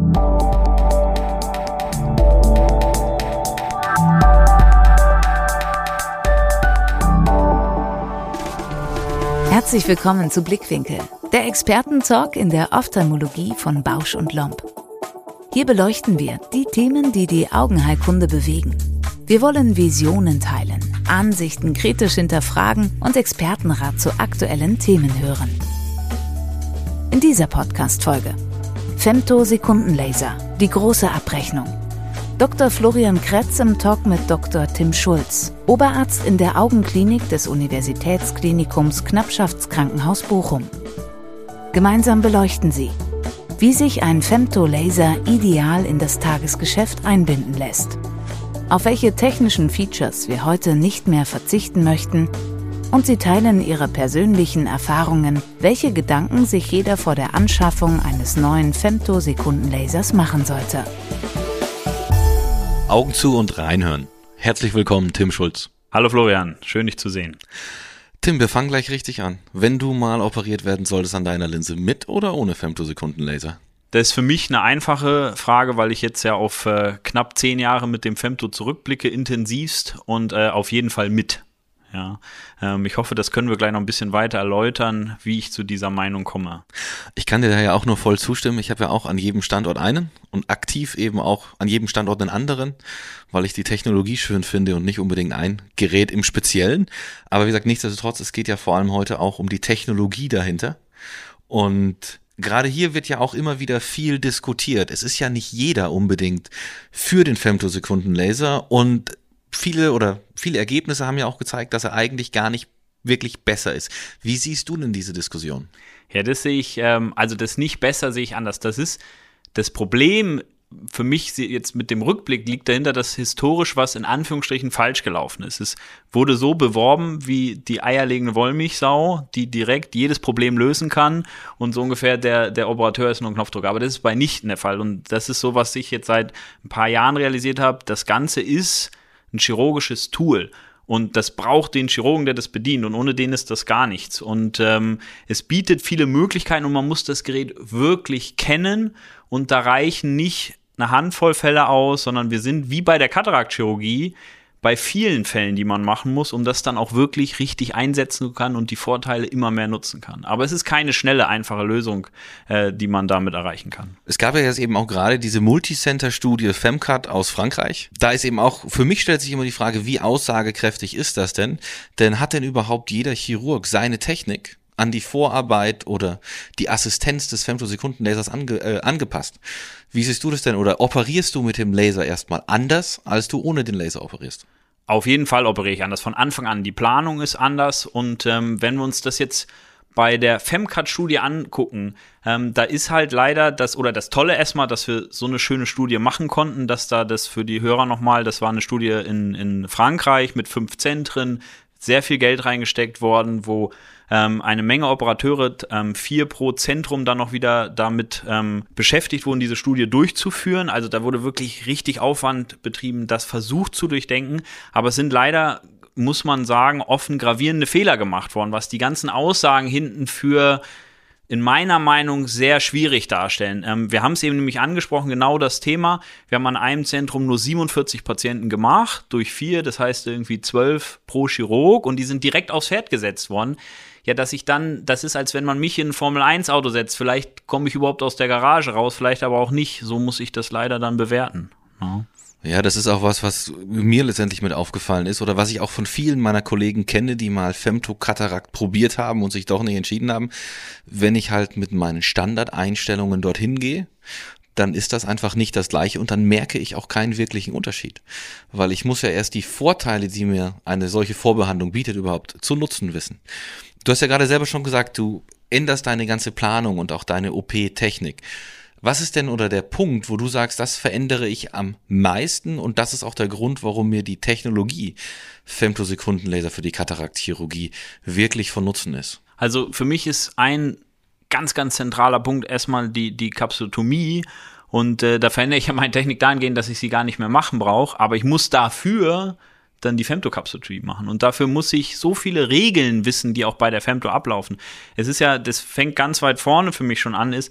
Herzlich willkommen zu Blickwinkel, der Expertentalk in der Ophthalmologie von Bausch & Lomb. Hier beleuchten wir die Themen, die die Augenheilkunde bewegen. Wir wollen Visionen teilen, Ansichten kritisch hinterfragen und Expertenrat zu aktuellen Themen hören. In dieser Podcast-Folge: Femtosekundenlaser, die große Abrechnung. Dr. Florian Kretz im Talk mit Dr. Tim Schulz, Oberarzt in der Augenklinik des Universitätsklinikums Knappschaftskrankenhaus Bochum. Gemeinsam beleuchten sie, wie sich ein Femtolaser ideal in das Tagesgeschäft einbinden lässt, auf welche technischen Features wir heute nicht mehr verzichten möchten, und sie teilen ihre persönlichen Erfahrungen, welche Gedanken sich jeder vor der Anschaffung eines neuen Femtosekundenlasers machen sollte. Augen zu und reinhören. Herzlich willkommen, Tim Schulz. Hallo Florian, schön dich zu sehen. Tim, wir fangen gleich richtig an. Wenn du mal operiert werden solltest an deiner Linse, mit oder ohne Femtosekundenlaser? Das ist für mich eine einfache Frage, weil ich jetzt ja auf knapp 10 Jahre mit dem Femto zurückblicke, intensivst, und auf jeden Fall mit. Ja, ich hoffe, das können wir gleich noch ein bisschen weiter erläutern, wie ich zu dieser Meinung komme. Ich kann dir da ja auch nur voll zustimmen. Ich habe ja auch an jedem Standort einen und aktiv eben auch an jedem Standort einen anderen, weil ich die Technologie schön finde und nicht unbedingt ein Gerät im Speziellen. Aber wie gesagt, nichtsdestotrotz, es geht ja vor allem heute auch um die Technologie dahinter. Und gerade hier wird ja auch immer wieder viel diskutiert. Es ist ja nicht jeder unbedingt für den Femtosekundenlaser, und viele Ergebnisse haben ja auch gezeigt, dass er eigentlich gar nicht wirklich besser ist. Wie siehst du denn diese Diskussion? Ja, das sehe ich, also das nicht besser sehe ich anders. Das ist das Problem für mich jetzt mit dem Rückblick, liegt dahinter, dass historisch was in Anführungsstrichen falsch gelaufen ist. Es wurde so beworben wie die eierlegende Wollmilchsau, die direkt jedes Problem lösen kann, und so ungefähr der Operateur ist nur ein Knopfdrucker. Aber das ist bei nicht der Fall, und das ist so, was ich jetzt seit ein paar Jahren realisiert habe. Das Ganze ist ein chirurgisches Tool, und das braucht den Chirurgen, der das bedient, und ohne den ist das gar nichts. Und es bietet viele Möglichkeiten, und man muss das Gerät wirklich kennen, und da reichen nicht eine Handvoll Fälle aus, sondern wir sind wie bei der Kataraktchirurgie bei vielen Fällen, die man machen muss, um das dann auch wirklich richtig einsetzen kann und die Vorteile immer mehr nutzen kann. Aber es ist keine schnelle, einfache Lösung, die man damit erreichen kann. Es gab ja jetzt eben auch gerade diese Multicenter-Studie FemCAT aus Frankreich. Da ist eben auch, für mich stellt sich immer die Frage, wie aussagekräftig ist das denn? Denn hat denn überhaupt jeder Chirurg seine Technik an die Vorarbeit oder die Assistenz des Femtosekundenlasers angepasst? Wie siehst du das denn? Oder operierst du mit dem Laser erstmal anders, als du ohne den Laser operierst? Auf jeden Fall operiere ich anders. Von Anfang an. Die Planung ist anders, und wenn wir uns das jetzt bei der FemCAT-Studie angucken, da ist halt leider das Tolle erstmal, dass wir so eine schöne Studie machen konnten, dass da das für die Hörer nochmal, das war eine Studie in Frankreich mit 5 Zentren, sehr viel Geld reingesteckt worden, wo eine Menge Operateure, 4 pro Zentrum, dann noch wieder damit beschäftigt wurden, diese Studie durchzuführen. Also da wurde wirklich richtig Aufwand betrieben, das versucht zu durchdenken. Aber es sind leider, muss man sagen, offen gravierende Fehler gemacht worden, was die ganzen Aussagen hinten für, in meiner Meinung, sehr schwierig darstellen. Wir haben es eben nämlich angesprochen, genau das Thema. Wir haben an einem Zentrum nur 47 Patienten gemacht, durch 4, das heißt irgendwie 12 pro Chirurg, und die sind direkt aufs Pferd gesetzt worden. Ja, das ist, als wenn man mich in ein Formel-1-Auto setzt. Vielleicht komme ich überhaupt aus der Garage raus, vielleicht aber auch nicht. So muss ich das leider dann bewerten. Ja. Ja, das ist auch was mir letztendlich mit aufgefallen ist, oder was ich auch von vielen meiner Kollegen kenne, die mal Femtokatarakt probiert haben und sich doch nicht entschieden haben. Wenn ich halt mit meinen Standardeinstellungen dorthin gehe, dann ist das einfach nicht das Gleiche, und dann merke ich auch keinen wirklichen Unterschied. Weil ich muss ja erst die Vorteile, die mir eine solche Vorbehandlung bietet, überhaupt zu nutzen wissen. Du hast ja gerade selber schon gesagt, du änderst deine ganze Planung und auch deine OP-Technik. Was ist denn oder der Punkt, wo du sagst, das verändere ich am meisten, und das ist auch der Grund, warum mir die Technologie Femtosekundenlaser für die Kataraktchirurgie wirklich von Nutzen ist? Also für mich ist ein ganz, ganz zentraler Punkt erstmal die Kapsulotomie, und da verändere ich ja meine Technik dahingehend, dass ich sie gar nicht mehr machen brauche, aber ich muss dafür dann die Femtokapsulotomie machen. Und dafür muss ich so viele Regeln wissen, die auch bei der Femto ablaufen. Es ist ja, das fängt ganz weit vorne für mich schon an, ist,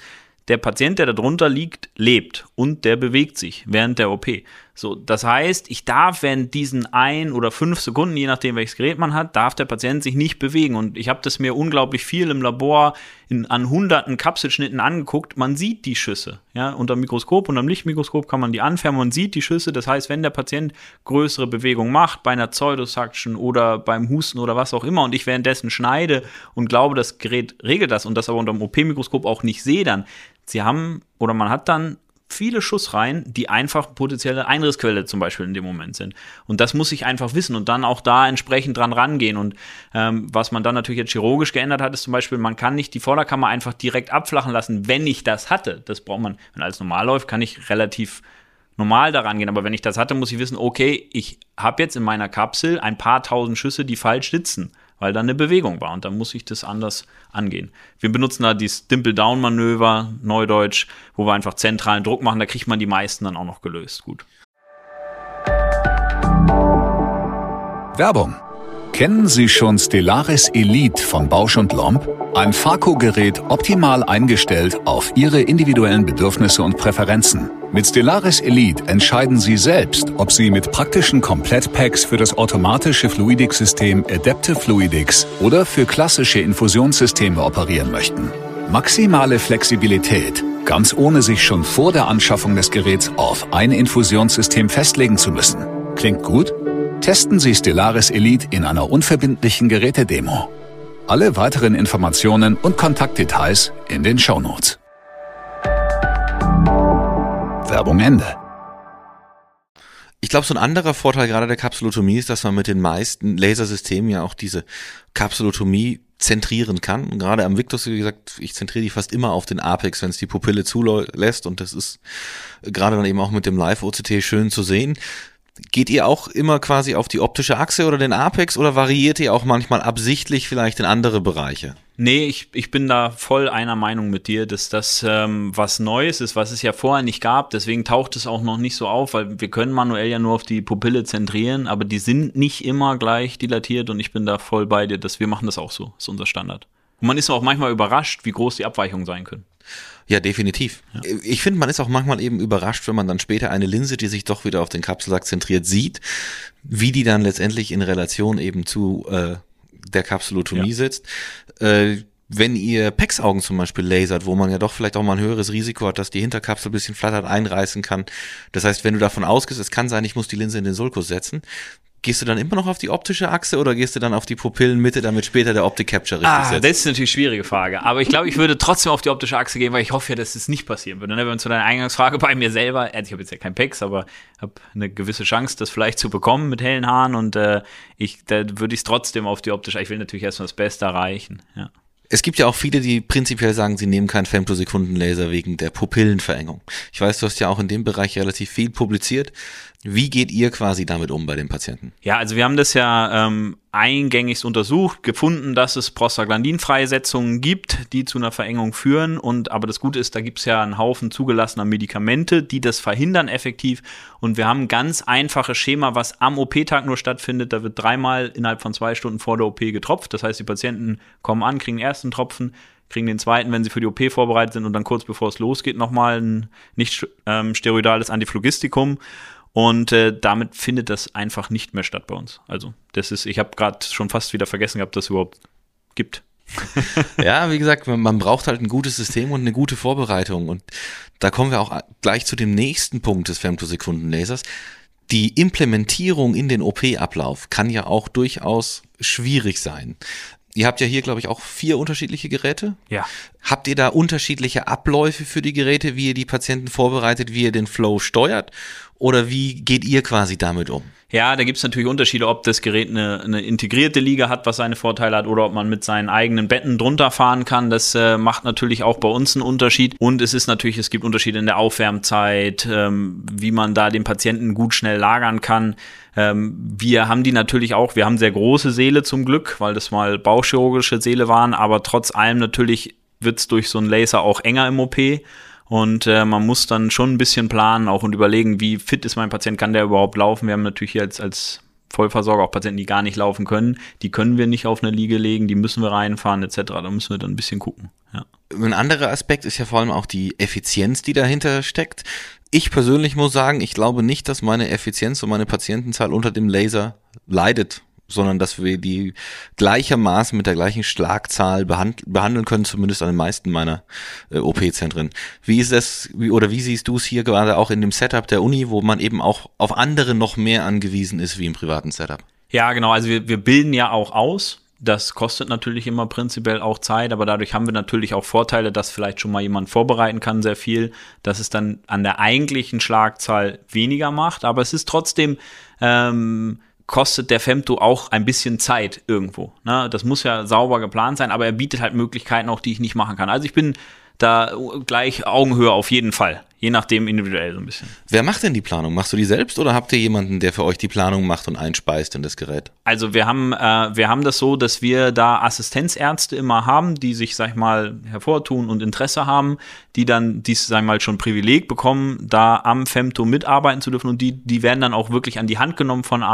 der Patient, der da drunter liegt, lebt und der bewegt sich während der OP. So, das heißt, ich darf während diesen 1 oder 5 Sekunden, je nachdem welches Gerät man hat, darf der Patient sich nicht bewegen. Und ich habe das mir unglaublich viel im Labor an hunderten Kapselschnitten angeguckt. Man sieht die Schüsse. Ja, unter dem Mikroskop, unter dem Lichtmikroskop kann man die anfärben. Man sieht die Schüsse. Das heißt, wenn der Patient größere Bewegungen macht, bei einer Pseudosuction oder beim Husten oder was auch immer, und ich währenddessen schneide und glaube, das Gerät regelt das und das aber unter dem OP-Mikroskop auch nicht sehe, dann man hat dann viele Schussreihen, die einfach potenzielle Einrissquelle zum Beispiel in dem Moment sind. Und das muss ich einfach wissen und dann auch da entsprechend dran rangehen. Und was man dann natürlich jetzt chirurgisch geändert hat, ist zum Beispiel, man kann nicht die Vorderkammer einfach direkt abflachen lassen, wenn ich das hatte. Das braucht man, wenn alles normal läuft, kann ich relativ normal daran gehen. Aber wenn ich das hatte, muss ich wissen, okay, ich habe jetzt in meiner Kapsel ein paar tausend Schüsse, die falsch sitzen, weil da eine Bewegung war und dann muss ich das anders angehen. Wir benutzen da dieses Dimple-Down-Manöver, Neudeutsch, wo wir einfach zentralen Druck machen, da kriegt man die meisten dann auch noch gelöst. Gut. Werbung. Kennen Sie schon Stellaris Elite von Bausch & Lomb? Ein Phaco-Gerät optimal eingestellt auf Ihre individuellen Bedürfnisse und Präferenzen. Mit Stellaris Elite entscheiden Sie selbst, ob Sie mit praktischen Komplettpacks für das automatische Fluidics-System Adaptive Fluidics oder für klassische Infusionssysteme operieren möchten. Maximale Flexibilität, ganz ohne sich schon vor der Anschaffung des Geräts auf ein Infusionssystem festlegen zu müssen. Klingt gut? Testen Sie Stellaris Elite in einer unverbindlichen Gerätedemo. Alle weiteren Informationen und Kontaktdetails in den Shownotes. Werbung Ende. Ich glaube, so ein anderer Vorteil gerade der Kapsulotomie ist, dass man mit den meisten Lasersystemen ja auch diese Kapsulotomie zentrieren kann. Und gerade am Victus, wie gesagt, ich zentriere die fast immer auf den Apex, wenn es die Pupille zulässt. Und das ist gerade dann eben auch mit dem Live-OCT schön zu sehen. Geht ihr auch immer quasi auf die optische Achse oder den Apex oder variiert ihr auch manchmal absichtlich vielleicht in andere Bereiche? Nee, ich bin da voll einer Meinung mit dir, dass das was Neues ist, was es ja vorher nicht gab. Deswegen taucht es auch noch nicht so auf, weil wir können manuell ja nur auf die Pupille zentrieren, aber die sind nicht immer gleich dilatiert und ich bin da voll bei dir, dass wir machen das auch so. Das ist unser Standard. Und man ist auch manchmal überrascht, wie groß die Abweichungen sein können. Ja, definitiv. Ja. Ich finde, man ist auch manchmal eben überrascht, wenn man dann später eine Linse, die sich doch wieder auf den Kapselsack zentriert, sieht, wie die dann letztendlich in Relation eben zu der Kapsulotomie sitzt. Wenn ihr PEX-Augen zum Beispiel lasert, wo man ja doch vielleicht auch mal ein höheres Risiko hat, dass die Hinterkapsel ein bisschen flattert, einreißen kann. Das heißt, wenn du davon ausgehst, es kann sein, ich muss die Linse in den Sulcus setzen, gehst du dann immer noch auf die optische Achse oder gehst du dann auf die Pupillenmitte, damit später der Optic-Capture richtig setzt? Das ist natürlich eine schwierige Frage. Aber ich glaube, ich würde trotzdem auf die optische Achse gehen, weil ich hoffe ja, dass es nicht passieren würde. Wenn zu deiner Eingangsfrage bei mir selber, ich habe jetzt ja kein PEX, aber habe eine gewisse Chance, das vielleicht zu bekommen mit hellen Haaren und da würde ich es trotzdem auf die optische, ich will natürlich erstmal das Beste erreichen, ja. Es gibt ja auch viele, die prinzipiell sagen, sie nehmen keinen Femtosekundenlaser wegen der Pupillenverengung. Ich weiß, du hast ja auch in dem Bereich relativ viel publiziert. Wie geht ihr quasi damit um bei den Patienten? Ja, also wir haben das ja eingängigst untersucht, gefunden, dass es Prostaglandinfreisetzungen gibt, die zu einer Verengung führen. Aber das Gute ist, da gibt es ja einen Haufen zugelassener Medikamente, die das verhindern effektiv. Und wir haben ein ganz einfaches Schema, was am OP-Tag nur stattfindet. Da wird 3-mal innerhalb von 2 Stunden vor der OP getropft. Das heißt, die Patienten kommen an, kriegen den ersten Tropfen, kriegen den zweiten, wenn sie für die OP vorbereitet sind und dann kurz bevor es losgeht nochmal ein nicht steroidales Antiphlogistikum. Und damit findet das einfach nicht mehr statt bei uns. Also ich habe gerade schon fast wieder vergessen gehabt, dass es überhaupt gibt. Ja, wie gesagt, man braucht halt ein gutes System und eine gute Vorbereitung. Und da kommen wir auch gleich zu dem nächsten Punkt des Femtosekundenlasers. Die Implementierung in den OP-Ablauf kann ja auch durchaus schwierig sein. Ihr habt ja hier, glaube ich, auch 4 unterschiedliche Geräte. Ja. Habt ihr da unterschiedliche Abläufe für die Geräte, wie ihr die Patienten vorbereitet, wie ihr den Flow steuert? Oder wie geht ihr quasi damit um? Ja, da gibt es natürlich Unterschiede, ob das Gerät eine integrierte Liege hat, was seine Vorteile hat, oder ob man mit seinen eigenen Betten drunter fahren kann. Das macht natürlich auch bei uns einen Unterschied. Und es gibt Unterschiede in der Aufwärmzeit, wie man da den Patienten gut schnell lagern kann. Wir haben die natürlich auch, wir haben sehr große Säle zum Glück, weil das mal bauchchirurgische Säle waren, aber trotz allem natürlich wird es durch so einen Laser auch enger im OP. Und man muss dann schon ein bisschen planen auch und überlegen, wie fit ist mein Patient, kann der überhaupt laufen. Wir haben natürlich hier als Vollversorger auch Patienten, die gar nicht laufen können. Die können wir nicht auf eine Liege legen, die müssen wir reinfahren etc. Da müssen wir dann ein bisschen gucken. Ja. Ein anderer Aspekt ist ja vor allem auch die Effizienz, die dahinter steckt. Ich persönlich muss sagen, ich glaube nicht, dass meine Effizienz und meine Patientenzahl unter dem Laser leidet, sondern dass wir die gleichermaßen mit der gleichen Schlagzahl behandeln können, zumindest an den meisten meiner OP-Zentren. Wie siehst du es hier gerade auch in dem Setup der Uni, wo man eben auch auf andere noch mehr angewiesen ist wie im privaten Setup? Ja, genau, also wir bilden ja auch aus. Das kostet natürlich immer prinzipiell auch Zeit, aber dadurch haben wir natürlich auch Vorteile, dass vielleicht schon mal jemand vorbereiten kann, sehr viel, dass es dann an der eigentlichen Schlagzahl weniger macht, aber es ist trotzdem, kostet der Femto auch ein bisschen Zeit irgendwo. Ne? Das muss ja sauber geplant sein, aber er bietet halt Möglichkeiten auch, die ich nicht machen kann. Also ich bin da gleich Augenhöhe auf jeden Fall, je nachdem individuell so ein bisschen. Wer macht denn die Planung? Machst du die selbst oder habt ihr jemanden, der für euch die Planung macht und einspeist in das Gerät? Also wir haben das so, dass wir da Assistenzärzte immer haben, die sich, sag ich mal, hervortun und Interesse haben, die dann dies, sag ich mal, schon Privileg bekommen, da am Femto mitarbeiten zu dürfen und die werden dann auch wirklich an die Hand genommen von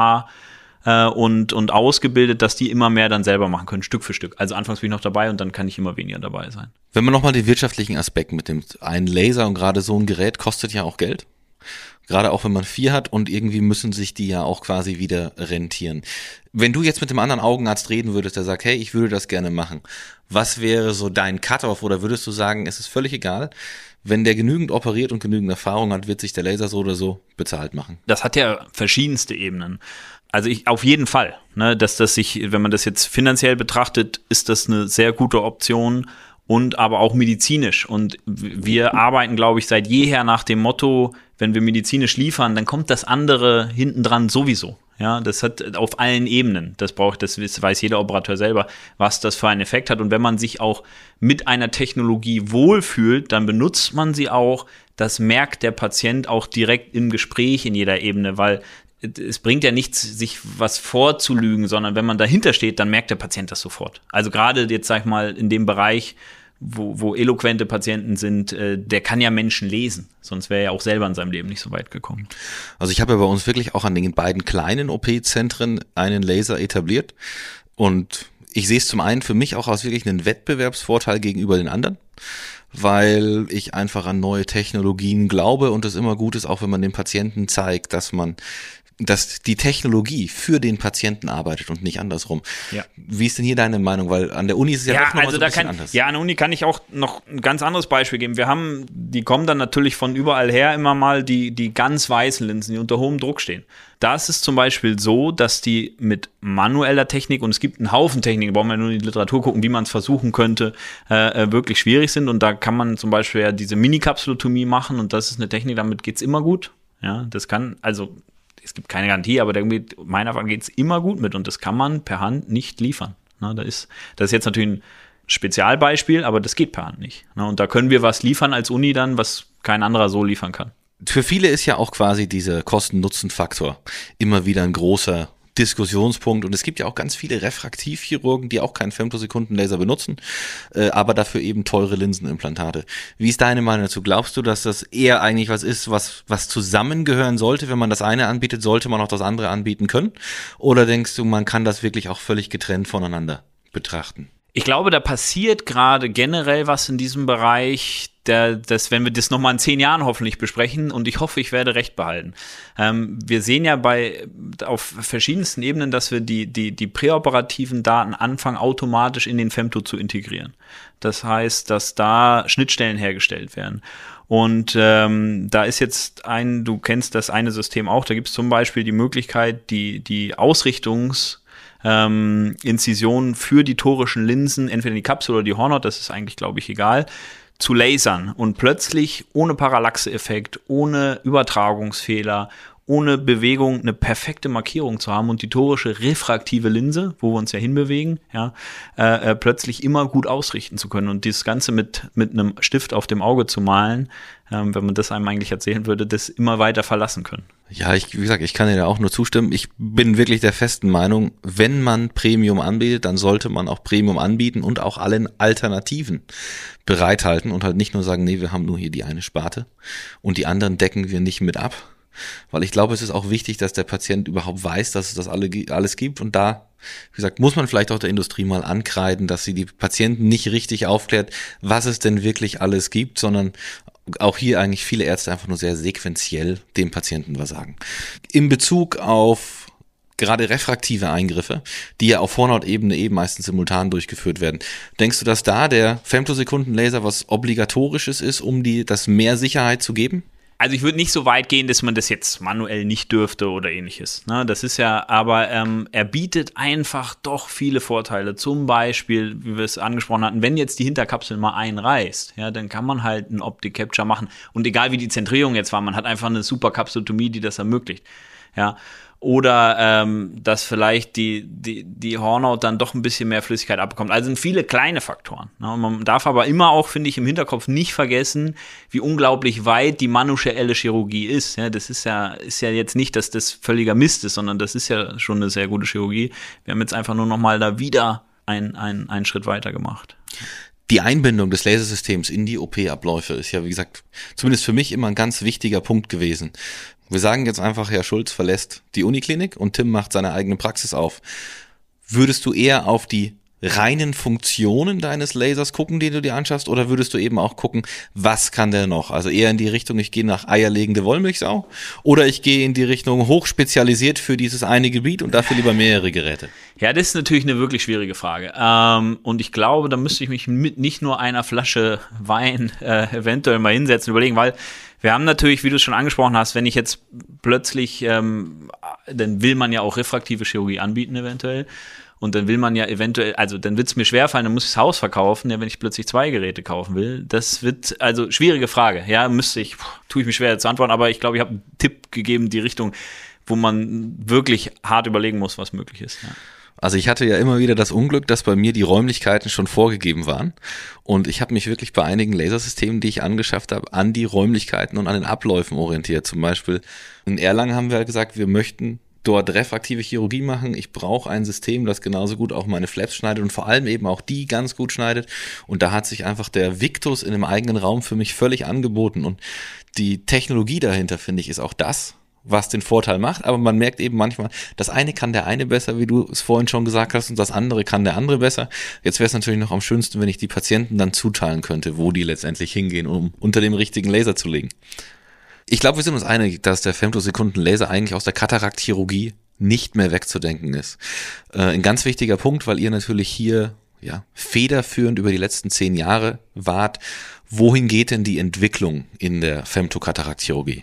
und ausgebildet, dass die immer mehr dann selber machen können, Stück für Stück. Also anfangs bin ich noch dabei und dann kann ich immer weniger dabei sein. Wenn man nochmal den wirtschaftlichen Aspekt mitnimmt, ein Laser und gerade so ein Gerät kostet ja auch Geld. Gerade auch wenn man 4 hat und irgendwie müssen sich die ja auch quasi wieder rentieren. Wenn du jetzt mit dem anderen Augenarzt reden würdest, der sagt, hey, ich würde das gerne machen, was wäre so dein Cut-off oder würdest du sagen, es ist völlig egal, wenn der genügend operiert und genügend Erfahrung hat, wird sich der Laser so oder so bezahlt machen? Das hat ja verschiedenste Ebenen. Also auf jeden Fall, ne, dass das sich, wenn man das jetzt finanziell betrachtet, ist das eine sehr gute Option und aber auch medizinisch. Und wir arbeiten, glaube ich, seit jeher nach dem Motto, wenn wir medizinisch liefern, dann kommt das andere hinten dran sowieso. Ja, das hat auf allen Ebenen, das weiß jeder Operateur selber, was das für einen Effekt hat. Und wenn man sich auch mit einer Technologie wohlfühlt, dann benutzt man sie auch. Das merkt der Patient auch direkt im Gespräch in jeder Ebene, weil es bringt ja nichts, sich was vorzulügen, sondern wenn man dahinter steht, dann merkt der Patient das sofort. Also gerade jetzt, sag ich mal, in dem Bereich, wo eloquente Patienten sind, der kann ja Menschen lesen. Sonst wäre er ja auch selber in seinem Leben nicht so weit gekommen. Also ich habe ja bei uns wirklich auch an den beiden kleinen OP-Zentren einen Laser etabliert. Und ich sehe es zum einen für mich auch als wirklich einen Wettbewerbsvorteil gegenüber den anderen, weil ich einfach an neue Technologien glaube und es immer gut ist, auch wenn man dem Patienten zeigt, dass die Technologie für den Patienten arbeitet und nicht andersrum. Ja. Wie ist denn hier deine Meinung? Weil an der Uni ist es ja doch noch mal so ein bisschen anders. Ja, an der Uni kann ich auch noch ein ganz anderes Beispiel geben. Die kommen dann natürlich von überall her immer mal die ganz weißen Linsen, die unter hohem Druck stehen. Da ist es zum Beispiel so, dass die mit manueller Technik, und es gibt einen Haufen Techniken, brauchen wir nur in die Literatur gucken, wie man es versuchen könnte, wirklich schwierig sind. Und da kann man zum Beispiel ja diese Mini-Kapsulotomie machen und das ist eine Technik, damit geht's immer gut. Ja, das kann, also es gibt keine Garantie, aber irgendwie meiner Meinung nach geht es immer gut mit und das kann man per Hand nicht liefern. Na, das ist jetzt natürlich ein Spezialbeispiel, aber das geht per Hand nicht. Na, und da können wir was liefern als Uni dann, was kein anderer so liefern kann. Für viele ist ja auch quasi dieser Kosten-Nutzen-Faktor immer wieder ein großer Diskussionspunkt und es gibt ja auch ganz viele Refraktivchirurgen, die auch keinen Femtosekundenlaser benutzen, aber dafür eben teure Linsenimplantate. Wie ist deine Meinung dazu? Glaubst du, dass das eher eigentlich was ist, was zusammengehören sollte? Wenn man das eine anbietet, sollte man auch das andere anbieten können? Oder denkst du, man kann das wirklich auch völlig getrennt voneinander betrachten? Ich glaube, da passiert gerade generell was in diesem Bereich, wenn wir das nochmal in 10 Jahren hoffentlich besprechen und ich hoffe, ich werde recht behalten. Wir sehen ja auf verschiedensten Ebenen, dass wir die präoperativen Daten anfangen, automatisch in den Femto zu integrieren. Das heißt, dass da Schnittstellen hergestellt werden. Und da ist jetzt du kennst das eine System auch, da gibt es zum Beispiel die Möglichkeit, die Incisionen für die torischen Linsen, entweder die Kapsel oder die Hornhaut, das ist eigentlich, glaube ich, egal, zu lasern und plötzlich ohne Parallaxe-Effekt, ohne Übertragungsfehler, ohne Bewegung eine perfekte Markierung zu haben und die torische refraktive Linse, wo wir uns ja hinbewegen, ja, plötzlich immer gut ausrichten zu können und dieses Ganze mit einem Stift auf dem Auge zu malen, wenn man das einem eigentlich erzählen würde, das immer weiter verlassen können. Ja, wie gesagt, ich kann dir da auch nur zustimmen. Ich bin wirklich der festen Meinung, wenn man Premium anbietet, dann sollte man auch Premium anbieten und auch allen Alternativen bereithalten und halt nicht nur sagen, nee, wir haben nur hier die eine Sparte und die anderen decken wir nicht mit ab. Weil ich glaube, es ist auch wichtig, dass der Patient überhaupt weiß, dass es das alles gibt und da wie gesagt, muss man vielleicht auch der Industrie mal ankreiden, dass sie die Patienten nicht richtig aufklärt, was es denn wirklich alles gibt, sondern auch hier eigentlich viele Ärzte einfach nur sehr sequenziell dem Patienten was sagen. In Bezug auf gerade refraktive Eingriffe, die ja auf Hornhautebene eben meistens simultan durchgeführt werden. Denkst du, dass da der Femtosekundenlaser was Obligatorisches ist, um das mehr Sicherheit zu geben? Also ich würde nicht so weit gehen, dass man das jetzt manuell nicht dürfte oder ähnliches. Ne? Das ist ja, aber er bietet einfach doch viele Vorteile. Zum Beispiel, wie wir es angesprochen hatten, wenn jetzt die Hinterkapsel mal einreißt, ja, dann kann man halt einen Optic Capture machen. Und egal wie die Zentrierung jetzt war, man hat einfach eine super Kapsulotomie, die das ermöglicht. Ja. Oder dass vielleicht die Hornhaut dann doch ein bisschen mehr Flüssigkeit abbekommt. Also sind viele kleine Faktoren. Ne? Man darf aber immer auch, finde ich, im Hinterkopf nicht vergessen, wie unglaublich weit die manuelle Chirurgie ist. Ja, das ist ja jetzt nicht, dass das völliger Mist ist, sondern das ist ja schon eine sehr gute Chirurgie. Wir haben jetzt einfach nur noch mal da wieder einen Schritt weiter gemacht. Die Einbindung des Lasersystems in die OP-Abläufe ist ja, wie gesagt, zumindest für mich immer ein ganz wichtiger Punkt gewesen. Wir sagen jetzt einfach, Herr Schulz verlässt die Uniklinik und Tim macht seine eigene Praxis auf. Würdest du eher auf die reinen Funktionen deines Lasers gucken, die du dir anschaffst, oder würdest du eben auch gucken, was kann der noch? Also eher in die Richtung, ich gehe nach eierlegende Wollmilchsau, oder ich gehe in die Richtung hochspezialisiert für dieses eine Gebiet und dafür lieber mehrere Geräte? Ja, das ist natürlich eine wirklich schwierige Frage. Und ich glaube, da müsste ich mich mit nicht nur einer Flasche Wein eventuell mal hinsetzen, überlegen, weil wir haben natürlich, wie du es schon angesprochen hast, wenn ich jetzt plötzlich, dann will man ja auch refraktive Chirurgie anbieten eventuell. Und dann will man ja eventuell, also dann wird es mir schwerfallen, dann muss ich das Haus verkaufen, ja, wenn ich plötzlich 2 Geräte kaufen will. Das wird, also schwierige Frage. Ja, tue ich mich schwer zu antworten, aber ich glaube, ich habe einen Tipp gegeben in die Richtung, wo man wirklich hart überlegen muss, was möglich ist. Ja. Also ich hatte ja immer wieder das Unglück, dass bei mir die Räumlichkeiten schon vorgegeben waren. Und ich habe mich wirklich bei einigen Lasersystemen, die ich angeschafft habe, an die Räumlichkeiten und an den Abläufen orientiert. Zum Beispiel in Erlangen haben wir gesagt, wir möchten dort refraktive Chirurgie machen. Ich brauche ein System, das genauso gut auch meine Flaps schneidet und vor allem eben auch die ganz gut schneidet. Und da hat sich einfach der Victus in einem eigenen Raum für mich völlig angeboten. Und die Technologie dahinter, finde ich, ist auch das, was den Vorteil macht. Aber man merkt eben manchmal, das eine kann der eine besser, wie du es vorhin schon gesagt hast, und das andere kann der andere besser. Jetzt wäre es natürlich noch am schönsten, wenn ich die Patienten dann zuteilen könnte, wo die letztendlich hingehen, um unter dem richtigen Laser zu legen. Ich glaube, wir sind uns einig, dass der Femtosekunden-Laser eigentlich aus der Katarakchirurgie nicht mehr wegzudenken ist. Ein ganz wichtiger Punkt, weil ihr natürlich hier federführend über die letzten 10 Jahre wart. Wohin geht denn die Entwicklung in der Femtokatarakchirurgie?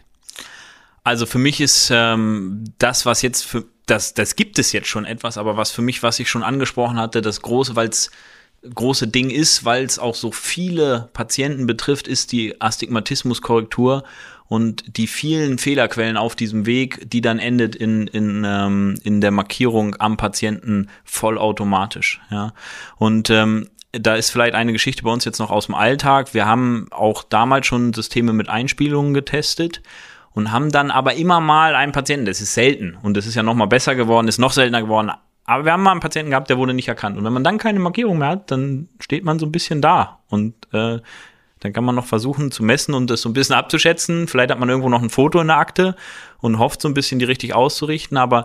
Also für mich ist das, was jetzt das gibt es jetzt schon etwas, aber was für mich, was ich schon angesprochen hatte, das große, weil es große Ding ist, weil es auch so viele Patienten betrifft, ist die Astigmatismuskorrektur und die vielen Fehlerquellen auf diesem Weg, die dann endet in der Markierung am Patienten vollautomatisch. Ja. Und da ist vielleicht eine Geschichte bei uns jetzt noch aus dem Alltag. Wir haben auch damals schon Systeme mit Einspielungen getestet und haben dann aber immer mal einen Patienten, das ist selten und das ist ja noch mal besser geworden, ist noch seltener geworden, aber wir haben mal einen Patienten gehabt, der wurde nicht erkannt. Und wenn man dann keine Markierung mehr hat, dann steht man so ein bisschen da. Und dann kann man noch versuchen zu messen und das so ein bisschen abzuschätzen. Vielleicht hat man irgendwo noch ein Foto in der Akte und hofft so ein bisschen, die richtig auszurichten. Aber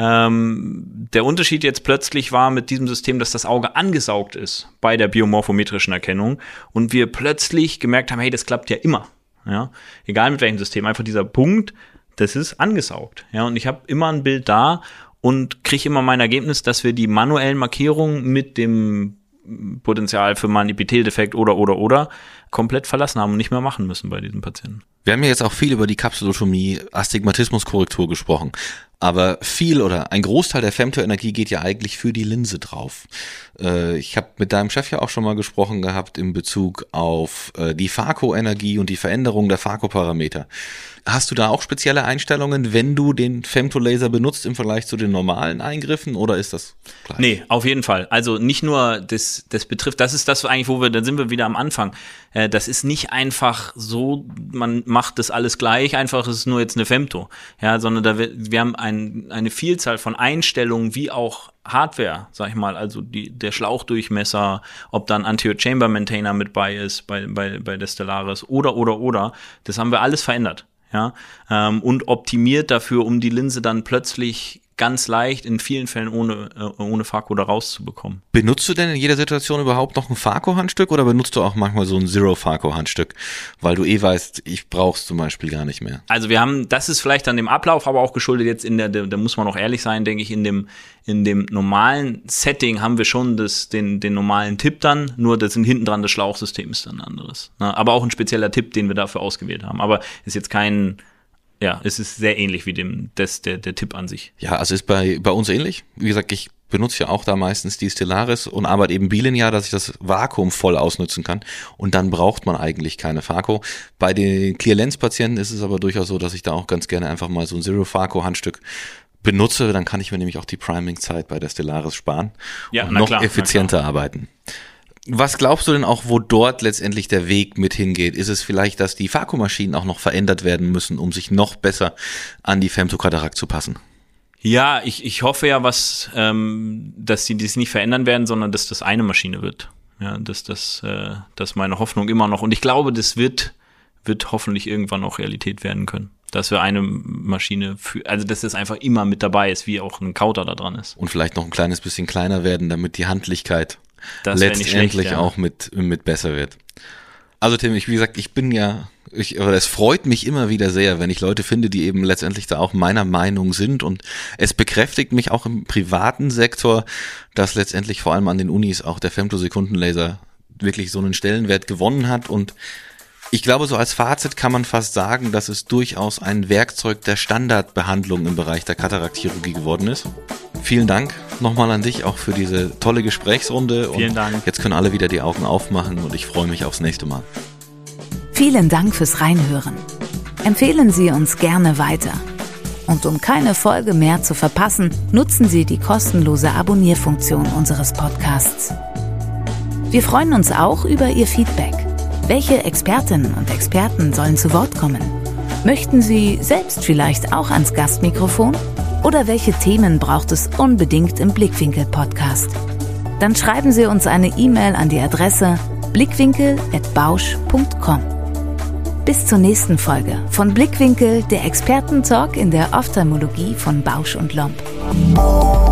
der Unterschied jetzt plötzlich war mit diesem System, dass das Auge angesaugt ist bei der biomorphometrischen Erkennung. Und wir plötzlich gemerkt haben, hey, das klappt ja immer. Ja? Egal mit welchem System, einfach dieser Punkt, das ist angesaugt. Ja? Und ich habe immer ein Bild da und kriege immer mein Ergebnis, dass wir die manuellen Markierungen mit dem Potenzial für mal einen Epitheldefekt oder komplett verlassen haben und nicht mehr machen müssen bei diesen Patienten. Wir haben ja jetzt auch viel über die Kapsulotomie, Astigmatismuskorrektur gesprochen, aber viel oder ein Großteil der Femtoenergie geht ja eigentlich für die Linse drauf. Ich habe mit deinem Chef ja auch schon mal gesprochen gehabt in Bezug auf die Phaco-Energie und die Veränderung der Phaco-Parameter. Hast du da auch spezielle Einstellungen, wenn du den Femtolaser benutzt im Vergleich zu den normalen Eingriffen, oder ist das gleich? Nee, auf jeden Fall. Also nicht nur das betrifft, das ist das eigentlich, dann sind wir wieder am Anfang. Das ist nicht einfach so, man macht das alles gleich, einfach es ist nur jetzt eine Femto. Ja, sondern wir haben eine Vielzahl von Einstellungen, wie auch Hardware, sag ich mal, also der Schlauchdurchmesser, ob dann Anterior Chamber Maintainer mit bei ist, bei der Stellaris oder, das haben wir alles verändert. Ja, und optimiert dafür, um die Linse dann plötzlich ganz leicht, in vielen Fällen ohne Phako da rauszubekommen. Benutzt du denn in jeder Situation überhaupt noch ein Phako-Handstück oder benutzt du auch manchmal so ein Zero-Phako-Handstück, weil du weißt, ich brauch's zum Beispiel gar nicht mehr? Also das ist vielleicht an dem Ablauf, aber auch geschuldet jetzt da muss man auch ehrlich sein, denke ich, in dem normalen Setting haben wir schon den normalen Tipp dann, nur das hinten dran das Schlauchsystem ist dann ein anderes. Aber auch ein spezieller Tipp, den wir dafür ausgewählt haben. Aber ist jetzt es ist sehr ähnlich wie der Tipp an sich. Ja, also ist bei uns ähnlich. Wie gesagt, ich benutze ja auch da meistens die Stellaris und arbeite eben bilinear, dass ich das Vakuum voll ausnutzen kann. Und dann braucht man eigentlich keine Phako. Bei den Clear-Lens-Patienten ist es aber durchaus so, dass ich da auch ganz gerne einfach mal so ein Zero-Phako-Handstück benutze. Dann kann ich mir nämlich auch die Priming-Zeit bei der Stellaris sparen und noch effizienter arbeiten. Was glaubst du denn auch, wo dort letztendlich der Weg mit hingeht? Ist es vielleicht, dass die Phako-Maschinen auch noch verändert werden müssen, um sich noch besser an die Femtokatarakt zu passen? Ja, ich hoffe ja, dass sie das nicht verändern werden, sondern dass das eine Maschine wird. Ja, das meine Hoffnung immer noch. Und ich glaube, das wird hoffentlich irgendwann auch Realität werden können. Dass wir eine Maschine also dass das einfach immer mit dabei ist, wie auch ein Kauter da dran ist. Und vielleicht noch ein kleines bisschen kleiner werden, damit die Handlichkeit letztendlich auch mit besser wird. Also Tim, wie gesagt, es freut mich immer wieder sehr, wenn ich Leute finde, die eben letztendlich da auch meiner Meinung sind, und es bekräftigt mich auch im privaten Sektor, dass letztendlich vor allem an den Unis auch der Femtosekundenlaser wirklich so einen Stellenwert gewonnen hat, und ich glaube, so als Fazit kann man fast sagen, dass es durchaus ein Werkzeug der Standardbehandlung im Bereich der Katarakchirurgie geworden ist. Vielen Dank nochmal an dich auch für diese tolle Gesprächsrunde. Vielen Dank. Jetzt können alle wieder die Augen aufmachen und ich freue mich aufs nächste Mal. Vielen Dank fürs Reinhören. Empfehlen Sie uns gerne weiter. Und um keine Folge mehr zu verpassen, nutzen Sie die kostenlose Abonnierfunktion unseres Podcasts. Wir freuen uns auch über Ihr Feedback. Welche Expertinnen und Experten sollen zu Wort kommen? Möchten Sie selbst vielleicht auch ans Gastmikrofon? Oder welche Themen braucht es unbedingt im Blickwinkel-Podcast? Dann schreiben Sie uns eine E-Mail an die Adresse blickwinkel@bausch.com. Bis zur nächsten Folge von Blickwinkel, der Expertentalk in der Ophthalmologie von Bausch und Lomb.